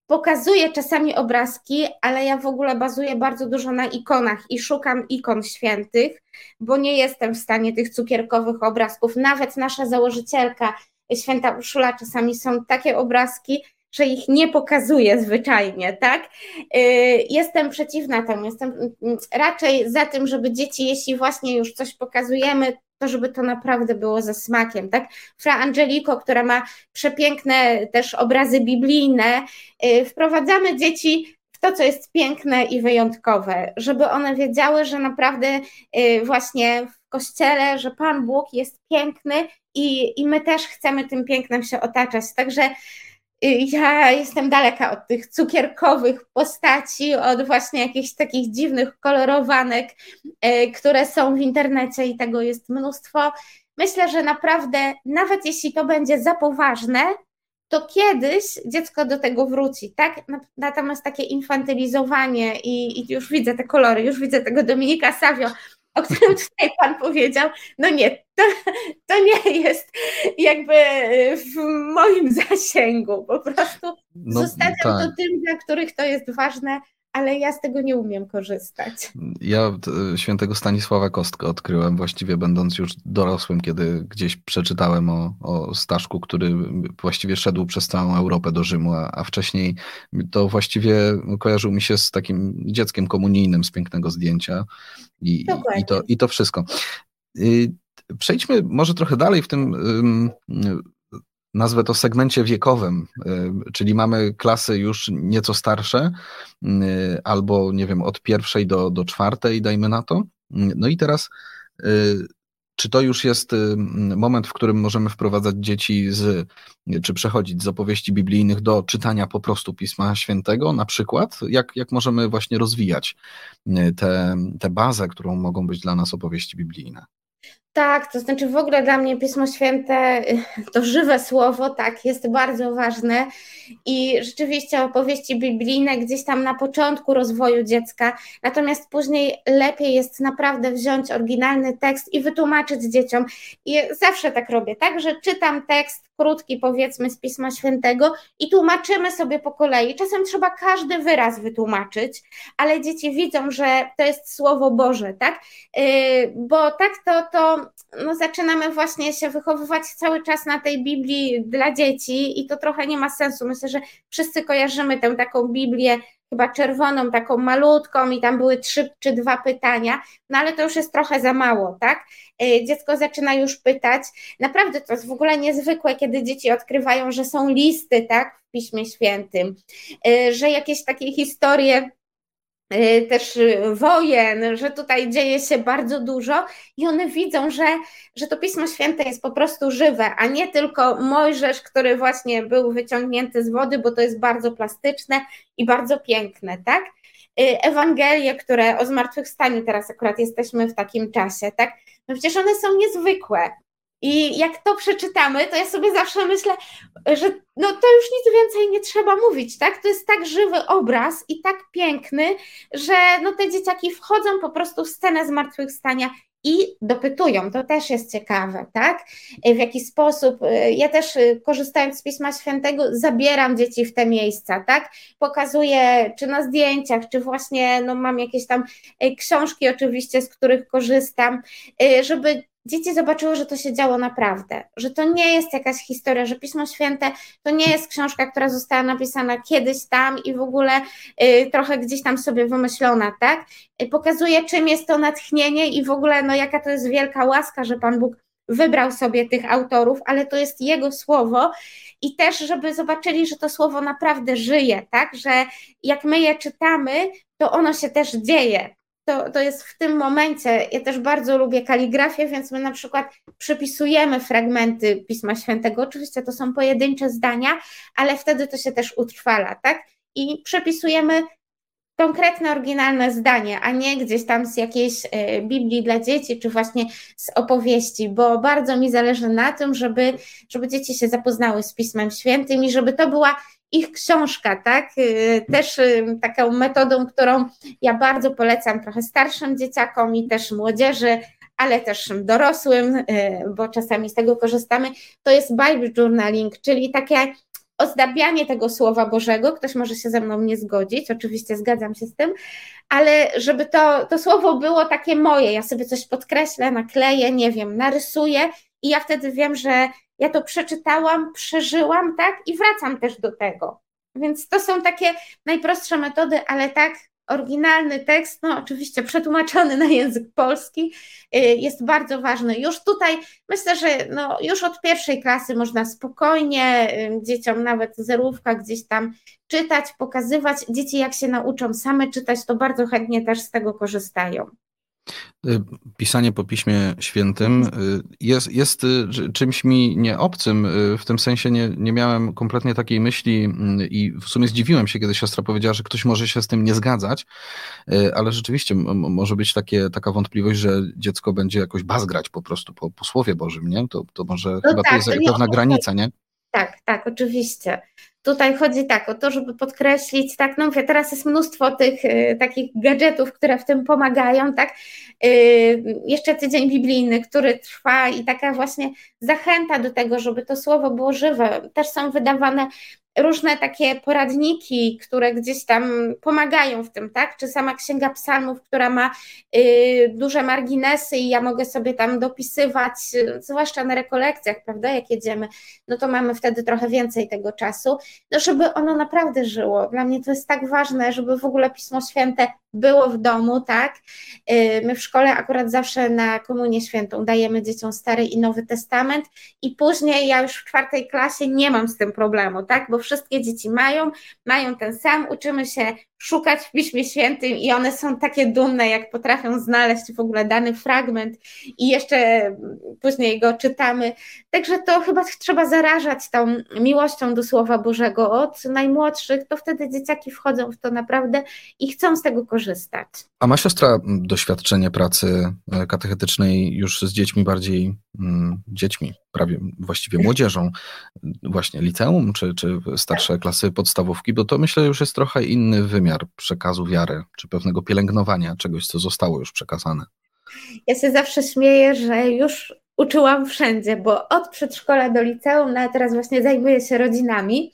Pokazuję czasami obrazki, ale ja w ogóle bazuję bardzo dużo na ikonach i szukam ikon świętych, bo nie jestem w stanie tych cukierkowych obrazków. Nawet nasza założycielka, święta Urszula, czasami są takie obrazki, że ich nie pokazuje zwyczajnie, tak? Jestem przeciwna temu, jestem raczej za tym, żeby dzieci, jeśli właśnie już coś pokazujemy, to żeby to naprawdę było ze smakiem, tak? Fra Angelico, która ma przepiękne też obrazy biblijne, wprowadzamy dzieci w to, co jest piękne i wyjątkowe, żeby one wiedziały, że naprawdę właśnie w Kościele, że Pan Bóg jest piękny i, i my też chcemy tym pięknem się otaczać, także ja jestem daleka od tych cukierkowych postaci, od właśnie jakichś takich dziwnych kolorowanek, które są w internecie i tego jest mnóstwo. Myślę, że naprawdę, nawet jeśli to będzie za poważne, to kiedyś dziecko do tego wróci, tak? Natomiast takie infantylizowanie i, i już widzę te kolory, już widzę tego Dominika Savio, o którym tutaj Pan powiedział, no nie, to, to nie jest jakby w moim zasięgu, po prostu no, zostawiam tak. to tym, dla których to jest ważne, ale ja z tego nie umiem korzystać. Ja świętego Stanisława Kostkę odkryłem właściwie będąc już dorosłym, kiedy gdzieś przeczytałem o, o Staszku, który właściwie szedł przez całą Europę do Rzymu, a, a wcześniej to właściwie kojarzył mi się z takim dzieckiem komunijnym z pięknego zdjęcia i, i, to, i to wszystko. Przejdźmy może trochę dalej w tym nazwę to segmencie wiekowym, czyli mamy klasy już nieco starsze, albo nie wiem, od pierwszej do, do czwartej, dajmy na to. No i teraz, czy to już jest moment, w którym możemy wprowadzać dzieci z, czy przechodzić z opowieści biblijnych do czytania po prostu Pisma Świętego na przykład? Jak, jak możemy właśnie rozwijać tę bazę, którą mogą być dla nas opowieści biblijne? Tak, to znaczy w ogóle dla mnie Pismo Święte to żywe słowo, tak, jest bardzo ważne i rzeczywiście opowieści biblijne gdzieś tam na początku rozwoju dziecka, natomiast później lepiej jest naprawdę wziąć oryginalny tekst i wytłumaczyć dzieciom i zawsze tak robię, tak, że czytam tekst krótki powiedzmy z Pisma Świętego i tłumaczymy sobie po kolei, czasem trzeba każdy wyraz wytłumaczyć, ale dzieci widzą, że to jest Słowo Boże, tak, yy, bo tak to, to no zaczynamy właśnie się wychowywać cały czas na tej Biblii dla dzieci i to trochę nie ma sensu. Myślę, że wszyscy kojarzymy tę taką Biblię chyba czerwoną, taką malutką i tam były trzy czy dwa pytania, no ale to już jest trochę za mało, tak? Dziecko zaczyna już pytać. Naprawdę to jest w ogóle niezwykłe, kiedy dzieci odkrywają, że są listy, tak, w Piśmie Świętym, że jakieś takie historie też wojen, że tutaj dzieje się bardzo dużo i one widzą, że, że to Pismo Święte jest po prostu żywe, a nie tylko Mojżesz, który właśnie był wyciągnięty z wody, bo to jest bardzo plastyczne i bardzo piękne, tak? Ewangelie, które o zmartwychwstaniu, teraz akurat jesteśmy w takim czasie, tak? No przecież one są niezwykłe. I jak to przeczytamy, to ja sobie zawsze myślę, że no to już nic więcej nie trzeba mówić, tak? To jest tak żywy obraz i tak piękny, że no te dzieciaki wchodzą po prostu w scenę zmartwychwstania i dopytują, to też jest ciekawe, tak? W jaki sposób, ja też korzystając z Pisma Świętego zabieram dzieci w te miejsca, tak? Pokazuję czy na zdjęciach, czy właśnie no mam jakieś tam książki oczywiście, z których korzystam, żeby dzieci zobaczyły, że to się działo naprawdę, że to nie jest jakaś historia, że Pismo Święte to nie jest książka, która została napisana kiedyś tam i w ogóle y, trochę gdzieś tam sobie wymyślona, tak? Y, pokazuje, czym jest to natchnienie i w ogóle no jaka to jest wielka łaska, że Pan Bóg wybrał sobie tych autorów, ale to jest Jego słowo i też, żeby zobaczyli, że to słowo naprawdę żyje, tak? Że jak my je czytamy, to ono się też dzieje. To, to jest w tym momencie, ja też bardzo lubię kaligrafię, więc my na przykład przypisujemy fragmenty Pisma Świętego, oczywiście to są pojedyncze zdania, ale wtedy to się też utrwala, tak? I przepisujemy konkretne, oryginalne zdanie, a nie gdzieś tam z jakiejś Biblii dla dzieci, czy właśnie z opowieści, bo bardzo mi zależy na tym, żeby, żeby dzieci się zapoznały z Pismem Świętym i żeby to była ich książka, tak? Też taką metodą, którą ja bardzo polecam trochę starszym dzieciakom i też młodzieży, ale też dorosłym, bo czasami z tego korzystamy, to jest Bible Journaling, czyli takie ozdabianie tego Słowa Bożego, ktoś może się ze mną nie zgodzić, oczywiście zgadzam się z tym, ale żeby to, to słowo było takie moje, ja sobie coś podkreślę, nakleję, nie wiem, narysuję i ja wtedy wiem, że ja to przeczytałam, przeżyłam, tak, i wracam też do tego. Więc to są takie najprostsze metody, ale tak, oryginalny tekst, no oczywiście przetłumaczony na język polski, jest bardzo ważny. Już tutaj myślę, że no, już od pierwszej klasy można spokojnie dzieciom nawet zerówka gdzieś tam czytać, pokazywać. Dzieci jak się nauczą same czytać, to bardzo chętnie też z tego korzystają. Pisanie po Piśmie Świętym jest, jest czymś mi nieobcym, w tym sensie nie, nie miałem kompletnie takiej myśli i w sumie zdziwiłem się, kiedy siostra powiedziała, że ktoś może się z tym nie zgadzać, ale rzeczywiście może być takie, taka wątpliwość, że dziecko będzie jakoś bazgrać po prostu po, po Słowie Bożym, nie? To, to może no chyba tak, to jest to pewna nie, granica, nie? Tak, tak, oczywiście. Tutaj chodzi tak o to, żeby podkreślić, tak, no mówię, teraz jest mnóstwo tych y, takich gadżetów, które w tym pomagają, tak, y, jeszcze tydzień biblijny, który trwa i taka właśnie zachęta do tego, żeby to słowo było żywe. Też są wydawane różne takie poradniki, które gdzieś tam pomagają w tym, tak? Czy sama Księga Psalmów, która ma y, duże marginesy i ja mogę sobie tam dopisywać, y, zwłaszcza na rekolekcjach, prawda, jak jedziemy, no to mamy wtedy trochę więcej tego czasu, no żeby ono naprawdę żyło. Dla mnie to jest tak ważne, żeby w ogóle Pismo Święte było w domu, tak? Y, my w szkole akurat zawsze na Komunię Świętą dajemy dzieciom Stary i Nowy Testament i później ja już w czwartej klasie nie mam z tym problemu, tak? Bo wszystkie dzieci mają, mają ten sam, uczymy się szukać w Piśmie Świętym i one są takie dumne, jak potrafią znaleźć w ogóle dany fragment i jeszcze później go czytamy. Także to chyba trzeba zarażać tą miłością do Słowa Bożego od najmłodszych, to wtedy dzieciaki wchodzą w to naprawdę i chcą z tego korzystać. A ma siostra doświadczenie pracy katechetycznej już z dziećmi bardziej, mm, dziećmi, prawie właściwie młodzieżą, właśnie liceum czy, czy starsze klasy podstawówki, bo to myślę już jest trochę inny wymiar przekazu wiary, czy pewnego pielęgnowania czegoś, co zostało już przekazane. Ja się zawsze śmieję, że już uczyłam wszędzie, bo od przedszkola do liceum, no a teraz właśnie zajmuję się rodzinami.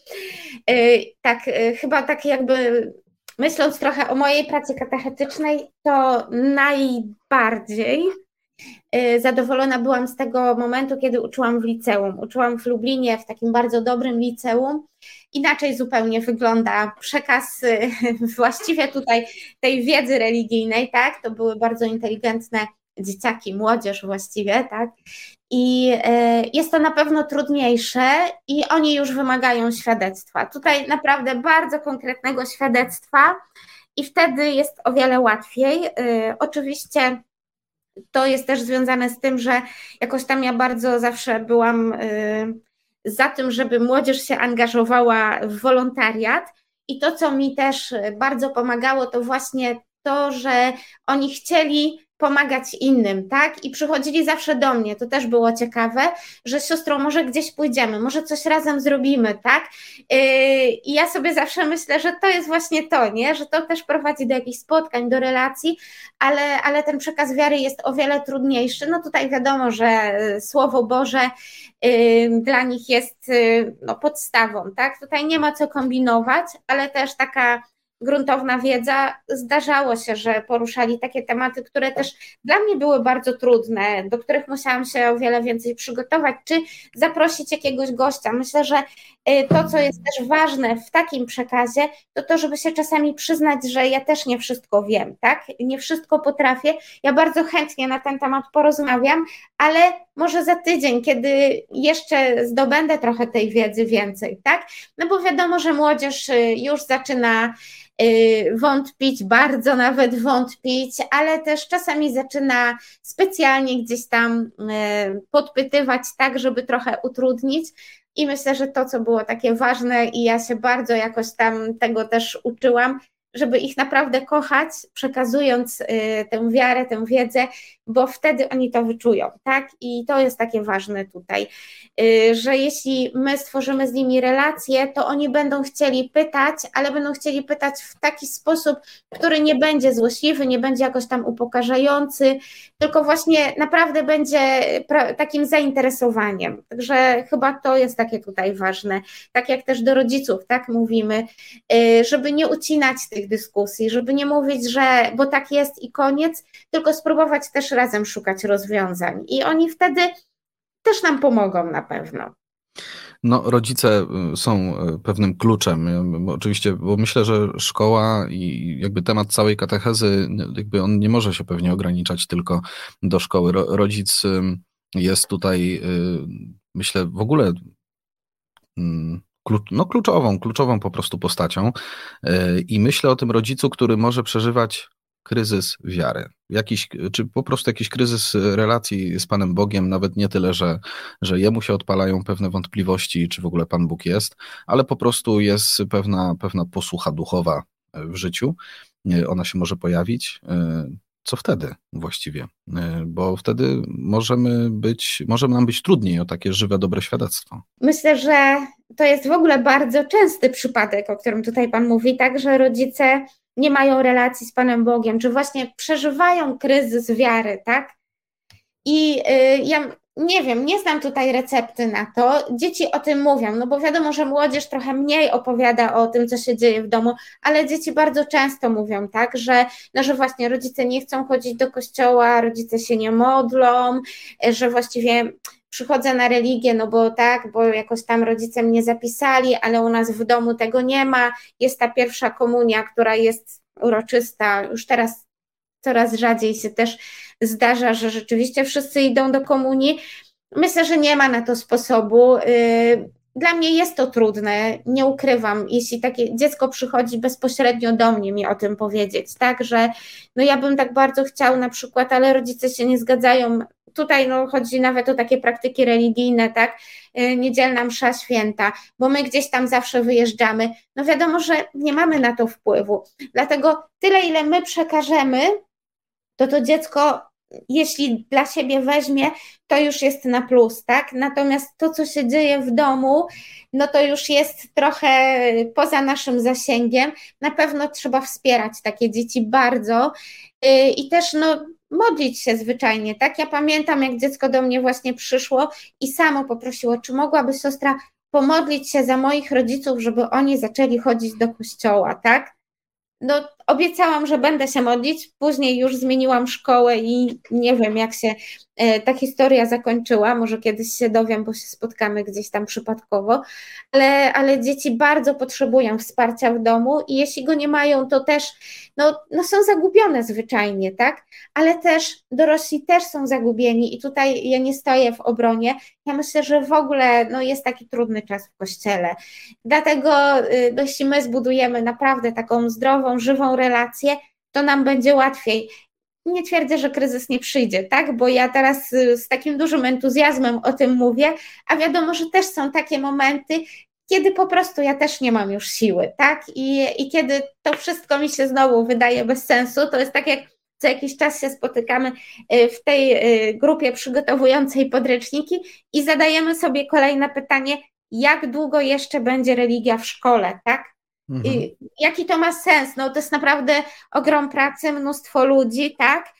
Tak, chyba tak jakby myśląc trochę o mojej pracy katechetycznej, to najbardziej zadowolona byłam z tego momentu, kiedy uczyłam w liceum. Uczyłam w Lublinie, w takim bardzo dobrym liceum. Inaczej zupełnie wygląda przekaz właściwie tutaj tej wiedzy religijnej, tak? To były bardzo inteligentne dzieciaki, młodzież właściwie, tak? I jest to na pewno trudniejsze i oni już wymagają świadectwa. Tutaj naprawdę bardzo konkretnego świadectwa i wtedy jest o wiele łatwiej. Oczywiście to jest też związane z tym, że jakoś tam ja bardzo zawsze byłam za tym, żeby młodzież się angażowała w wolontariat i to, co mi też bardzo pomagało, to właśnie to, że oni chcieli pomagać innym, tak? I przychodzili zawsze do mnie, to też było ciekawe, że siostrą może gdzieś pójdziemy, może coś razem zrobimy, tak? I ja sobie zawsze myślę, że to jest właśnie to, nie? Że to też prowadzi do jakichś spotkań, do relacji, ale, ale ten przekaz wiary jest o wiele trudniejszy. No tutaj wiadomo, że Słowo Boże dla nich jest no, podstawą, tak? Tutaj nie ma co kombinować, ale też taka gruntowna wiedza. Zdarzało się, że poruszali takie tematy, które też dla mnie były bardzo trudne, do których musiałam się o wiele więcej przygotować, czy zaprosić jakiegoś gościa. Myślę, że to, co jest też ważne w takim przekazie, to to, żeby się czasami przyznać, że ja też nie wszystko wiem, tak? Nie wszystko potrafię. Ja bardzo chętnie na ten temat porozmawiam, ale może za tydzień, kiedy jeszcze zdobędę trochę tej wiedzy więcej, tak? No bo wiadomo, że młodzież już zaczyna wątpić, bardzo nawet wątpić, ale też czasami zaczyna specjalnie gdzieś tam podpytywać tak, żeby trochę utrudnić i myślę, że to, co było takie ważne i ja się bardzo jakoś tam tego też uczyłam, żeby ich naprawdę kochać, przekazując y, tę wiarę, tę wiedzę, bo wtedy oni to wyczują, tak? I to jest takie ważne tutaj, y, że jeśli my stworzymy z nimi relacje, to oni będą chcieli pytać, ale będą chcieli pytać w taki sposób, który nie będzie złośliwy, nie będzie jakoś tam upokarzający, tylko właśnie naprawdę będzie pra- takim zainteresowaniem. Także chyba to jest takie tutaj ważne. Tak jak też do rodziców, tak mówimy, y, żeby nie ucinać tych dyskusji, żeby nie mówić, że bo tak jest i koniec, tylko spróbować też razem szukać rozwiązań i oni wtedy też nam pomogą na pewno. No, rodzice są pewnym kluczem, oczywiście, bo myślę, że szkoła i jakby temat całej katechezy, jakby on nie może się pewnie ograniczać tylko do szkoły. Ro- rodzic jest tutaj, myślę, w ogóle no, kluczową, kluczową po prostu postacią i myślę o tym rodzicu, który może przeżywać kryzys wiary, jakiś, czy po prostu jakiś kryzys relacji z Panem Bogiem, nawet nie tyle, że, że jemu się odpalają pewne wątpliwości, czy w ogóle Pan Bóg jest, ale po prostu jest pewna, pewna posłucha duchowa w życiu, ona się może pojawić. Co wtedy właściwie? Bo wtedy możemy być, może nam być trudniej o takie żywe, dobre świadectwo. Myślę, że to jest w ogóle bardzo częsty przypadek, o którym tutaj Pan mówi, tak, że rodzice nie mają relacji z Panem Bogiem, czy właśnie przeżywają kryzys wiary, tak? I y, ja nie wiem, nie znam tutaj recepty na to. Dzieci o tym mówią, no bo wiadomo, że młodzież trochę mniej opowiada o tym, co się dzieje w domu, ale dzieci bardzo często mówią, tak, że, no, że właśnie rodzice nie chcą chodzić do kościoła, rodzice się nie modlą, że właściwie przychodzę na religię, no bo tak, bo jakoś tam rodzice mnie zapisali, ale u nas w domu tego nie ma. Jest ta pierwsza komunia, która jest uroczysta. Już teraz coraz rzadziej się też zdarza, że rzeczywiście wszyscy idą do komunii. Myślę, że nie ma na to sposobu. Dla mnie jest to trudne, nie ukrywam, jeśli takie dziecko przychodzi bezpośrednio do mnie mi o tym powiedzieć, tak, że no ja bym tak bardzo chciał na przykład, ale rodzice się nie zgadzają. Tutaj no, chodzi nawet o takie praktyki religijne, tak, niedzielna msza święta, bo my gdzieś tam zawsze wyjeżdżamy. No wiadomo, że nie mamy na to wpływu, dlatego tyle, ile my przekażemy, to to dziecko, jeśli dla siebie weźmie, to już jest na plus, tak? Natomiast to, co się dzieje w domu, no to już jest trochę poza naszym zasięgiem. Na pewno trzeba wspierać takie dzieci bardzo i też no modlić się zwyczajnie, tak? Ja pamiętam, jak dziecko do mnie właśnie przyszło i samo poprosiło, czy mogłaby siostra pomodlić się za moich rodziców, żeby oni zaczęli chodzić do kościoła, tak? No, obiecałam, że będę się modlić, później już zmieniłam szkołę i nie wiem, jak się e, ta historia zakończyła, może kiedyś się dowiem, bo się spotkamy gdzieś tam przypadkowo, ale, ale dzieci bardzo potrzebują wsparcia w domu i jeśli go nie mają, to też no, no są zagubione zwyczajnie, tak? Ale też dorośli też są zagubieni i tutaj ja nie stoję w obronie. Ja myślę, że w ogóle no, jest taki trudny czas w Kościele. Dlatego y, jeśli my zbudujemy naprawdę taką zdrową, żywą relację, to nam będzie łatwiej. Nie twierdzę, że kryzys nie przyjdzie, tak? Bo ja teraz y, z takim dużym entuzjazmem o tym mówię, a wiadomo, że też są takie momenty, kiedy po prostu ja też nie mam już siły, tak? I, i kiedy to wszystko mi się znowu wydaje bez sensu, to jest tak jak co jakiś czas się spotykamy w tej grupie przygotowującej podręczniki i zadajemy sobie kolejne pytanie, jak długo jeszcze będzie religia w szkole, tak? Mhm. I jaki to ma sens? No to jest naprawdę ogrom pracy, mnóstwo ludzi, tak?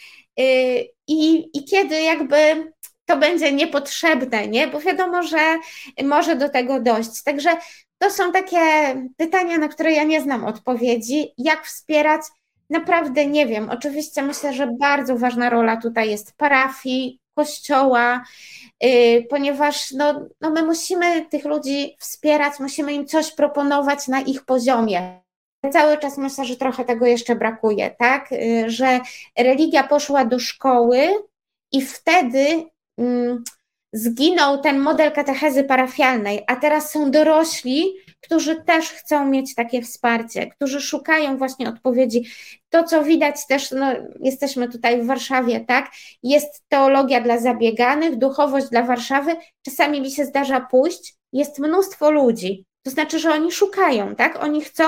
I, i kiedy jakby to będzie niepotrzebne, nie? Bo wiadomo, że może do tego dojść. Także to są takie pytania, na które ja nie znam odpowiedzi. Jak wspierać? Naprawdę nie wiem. Oczywiście myślę, że bardzo ważna rola tutaj jest parafii, kościoła, yy, ponieważ no, no my musimy tych ludzi wspierać, musimy im coś proponować na ich poziomie. Cały czas myślę, że trochę tego jeszcze brakuje, tak? Yy, że religia poszła do szkoły i wtedy yy, zginął ten model katechezy parafialnej, a teraz są dorośli, którzy też chcą mieć takie wsparcie, którzy szukają właśnie odpowiedzi. To, co widać też, no, jesteśmy tutaj w Warszawie, tak? Jest teologia dla zabieganych, duchowość dla Warszawy. Czasami mi się zdarza pójść, jest mnóstwo ludzi, To znaczy, że oni szukają, tak? Oni chcą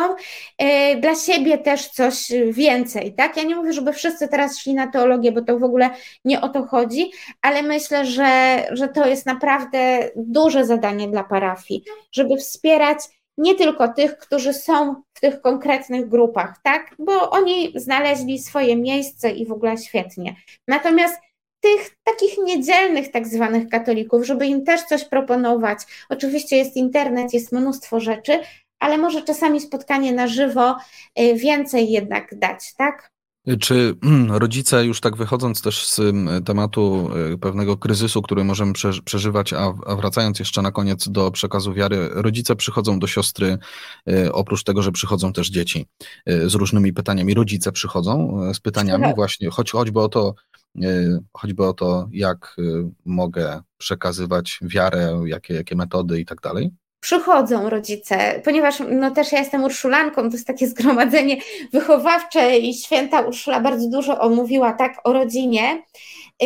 y, dla siebie też coś więcej, tak? Ja nie mówię, żeby wszyscy teraz szli na teologię, bo to w ogóle nie o to chodzi, ale myślę, że, że to jest naprawdę duże zadanie dla parafii, żeby wspierać nie tylko tych, którzy są w tych konkretnych grupach, tak? Bo oni znaleźli swoje miejsce i w ogóle świetnie. Natomiast tych takich niedzielnych tak zwanych katolików, żeby im też coś proponować. Oczywiście jest internet, jest mnóstwo rzeczy, ale może czasami spotkanie na żywo więcej jednak dać, tak? Czy rodzice, już tak wychodząc też z tematu pewnego kryzysu, który możemy przeżywać, a, a wracając jeszcze na koniec do przekazu wiary, rodzice przychodzą do siostry, oprócz tego, że przychodzą też dzieci z różnymi pytaniami. Rodzice przychodzą z pytaniami właśnie, choć, choćby o to, choćby o to, jak mogę przekazywać wiarę, jakie, jakie metody i tak dalej. Przychodzą rodzice, ponieważ no też ja jestem urszulanką, to jest takie zgromadzenie wychowawcze i święta Urszula bardzo dużo omówiła tak o rodzinie. Yy,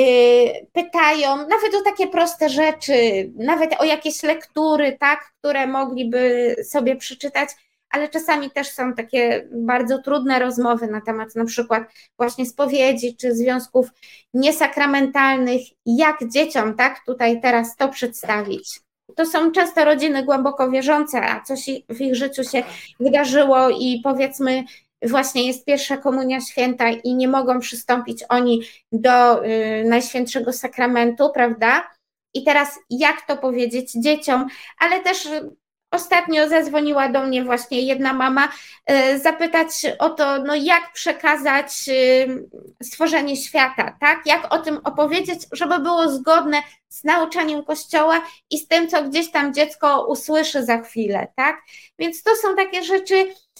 pytają nawet o takie proste rzeczy, nawet o jakieś lektury, tak, które mogliby sobie przeczytać, ale czasami też są takie bardzo trudne rozmowy na temat na przykład właśnie spowiedzi czy związków niesakramentalnych, jak dzieciom tak tutaj teraz to przedstawić. To są często rodziny głęboko wierzące, a coś w ich życiu się wydarzyło i powiedzmy właśnie jest pierwsza komunia święta i nie mogą przystąpić oni do y, Najświętszego Sakramentu, prawda? I teraz jak to powiedzieć dzieciom, ale też ostatnio zadzwoniła do mnie właśnie jedna mama y, zapytać o to, no jak przekazać y, stworzenie świata, tak? Jak o tym opowiedzieć, żeby było zgodne z nauczaniem Kościoła i z tym, co gdzieś tam dziecko usłyszy za chwilę, tak? Więc to są takie rzeczy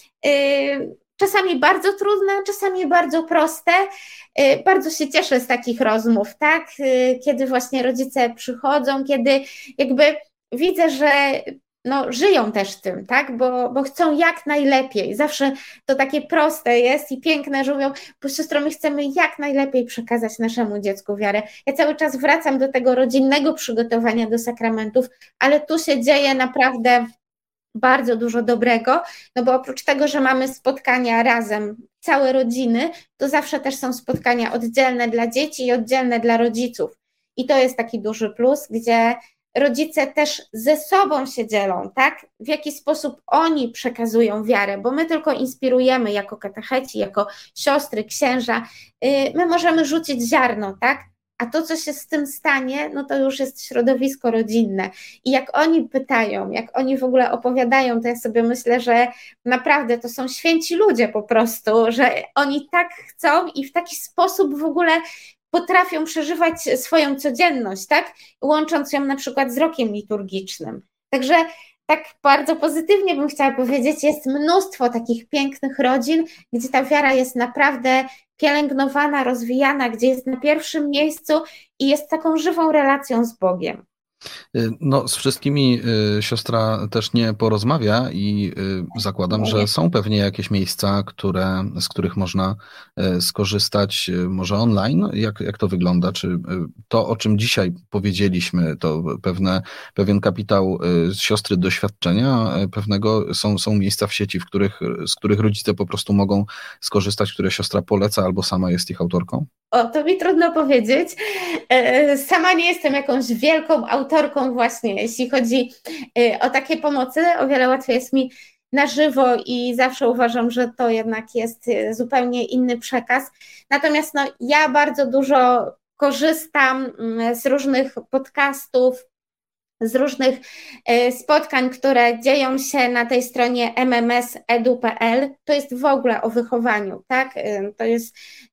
y, czasami bardzo trudne, czasami bardzo proste. Y, bardzo się cieszę z takich rozmów, tak? Y, kiedy właśnie rodzice przychodzą, kiedy jakby widzę, że no, żyją też tym, tak, bo, bo chcą jak najlepiej, zawsze to takie proste jest i piękne, że mówią, bo siostro, my chcemy jak najlepiej przekazać naszemu dziecku wiarę. Ja cały czas wracam do tego rodzinnego przygotowania do sakramentów, ale tu się dzieje naprawdę bardzo dużo dobrego, no bo oprócz tego, że mamy spotkania razem, całe rodziny, to zawsze też są spotkania oddzielne dla dzieci i oddzielne dla rodziców i to jest taki duży plus, gdzie rodzice też ze sobą się dzielą, tak? W jaki sposób oni przekazują wiarę, bo my tylko inspirujemy jako katecheci, jako siostry, księża, my możemy rzucić ziarno, tak? A to, co się z tym stanie, no to już jest środowisko rodzinne. I jak oni pytają, jak oni w ogóle opowiadają, to ja sobie myślę, że naprawdę to są święci ludzie po prostu, że oni tak chcą i w taki sposób w ogóle potrafią przeżywać swoją codzienność, tak? Łącząc ją na przykład z rokiem liturgicznym. Także tak bardzo pozytywnie bym chciała powiedzieć, jest mnóstwo takich pięknych rodzin, gdzie ta wiara jest naprawdę pielęgnowana, rozwijana, gdzie jest na pierwszym miejscu i jest taką żywą relacją z Bogiem. No, z wszystkimi siostra też nie porozmawia i zakładam, że są pewnie jakieś miejsca, które, z których można skorzystać, może online. Jak, jak to wygląda? Czy to, o czym dzisiaj powiedzieliśmy, to pewne, pewien kapitał siostry doświadczenia pewnego, są, są miejsca w sieci, w których, z których rodzice po prostu mogą skorzystać, które siostra poleca albo sama jest ich autorką? O, to mi trudno powiedzieć. Sama nie jestem jakąś wielką autorką właśnie, jeśli chodzi o takie pomocy. O wiele łatwiej jest mi na żywo i zawsze uważam, że to jednak jest zupełnie inny przekaz. Natomiast no, ja bardzo dużo korzystam z różnych podcastów, z różnych spotkań, które dzieją się na tej stronie m m s edu kropka p l. To jest w ogóle o wychowaniu, tak? To jest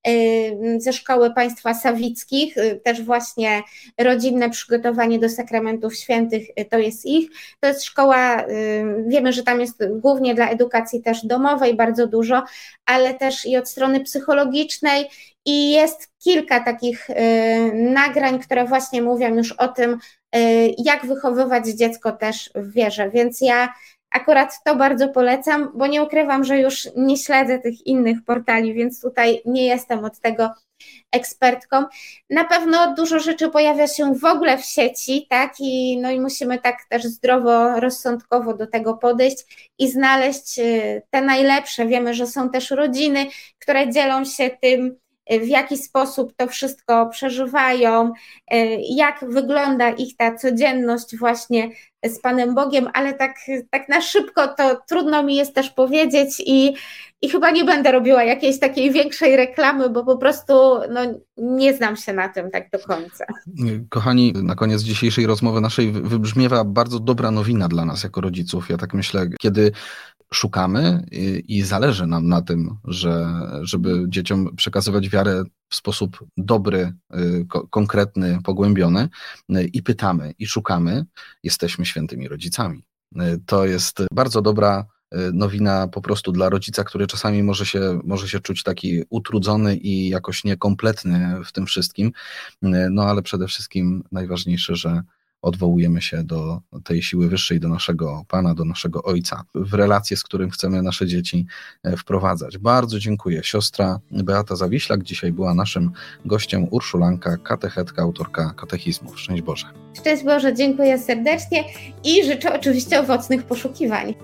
ze Szkoły Państwa Sawickich, też właśnie rodzinne przygotowanie do sakramentów świętych, to jest ich. To jest szkoła, wiemy, że tam jest głównie dla edukacji też domowej bardzo dużo, ale też i od strony psychologicznej i jest kilka takich nagrań, które właśnie mówią już o tym, jak wychowywać dziecko też w wierze, więc ja akurat to bardzo polecam, bo nie ukrywam, że już nie śledzę tych innych portali, więc tutaj nie jestem od tego ekspertką. Na pewno dużo rzeczy pojawia się w ogóle w sieci, tak? I, no i musimy tak też zdrowo, rozsądkowo do tego podejść i znaleźć te najlepsze. Wiemy, że są też rodziny, które dzielą się tym, w jaki sposób to wszystko przeżywają, jak wygląda ich ta codzienność właśnie z Panem Bogiem, ale tak, tak na szybko to trudno mi jest też powiedzieć i, i chyba nie będę robiła jakiejś takiej większej reklamy, bo po prostu no, nie znam się na tym tak do końca. Kochani, na koniec dzisiejszej rozmowy naszej wybrzmiewa bardzo dobra nowina dla nas jako rodziców. Ja tak myślę, kiedy szukamy i, i zależy nam na tym, że, żeby dzieciom przekazywać wiarę w sposób dobry, ko- konkretny, pogłębiony i pytamy i szukamy, jesteśmy świętymi rodzicami. To jest bardzo dobra nowina po prostu dla rodzica, który czasami może się, może się czuć taki utrudzony i jakoś niekompletny w tym wszystkim, no ale przede wszystkim najważniejsze, że odwołujemy się do tej siły wyższej, do naszego Pana, do naszego Ojca, w relacje, z którym chcemy nasze dzieci wprowadzać. Bardzo dziękuję. Siostra Beata Zawiślak dzisiaj była naszym gościem, urszulanka, katechetka, autorka katechizmów. Szczęść Boże. Szczęść Boże, dziękuję serdecznie i życzę oczywiście owocnych poszukiwań.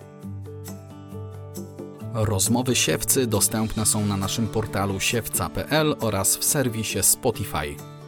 Rozmowy Siewcy dostępne są na naszym portalu siewca kropka p l oraz w serwisie Spotify.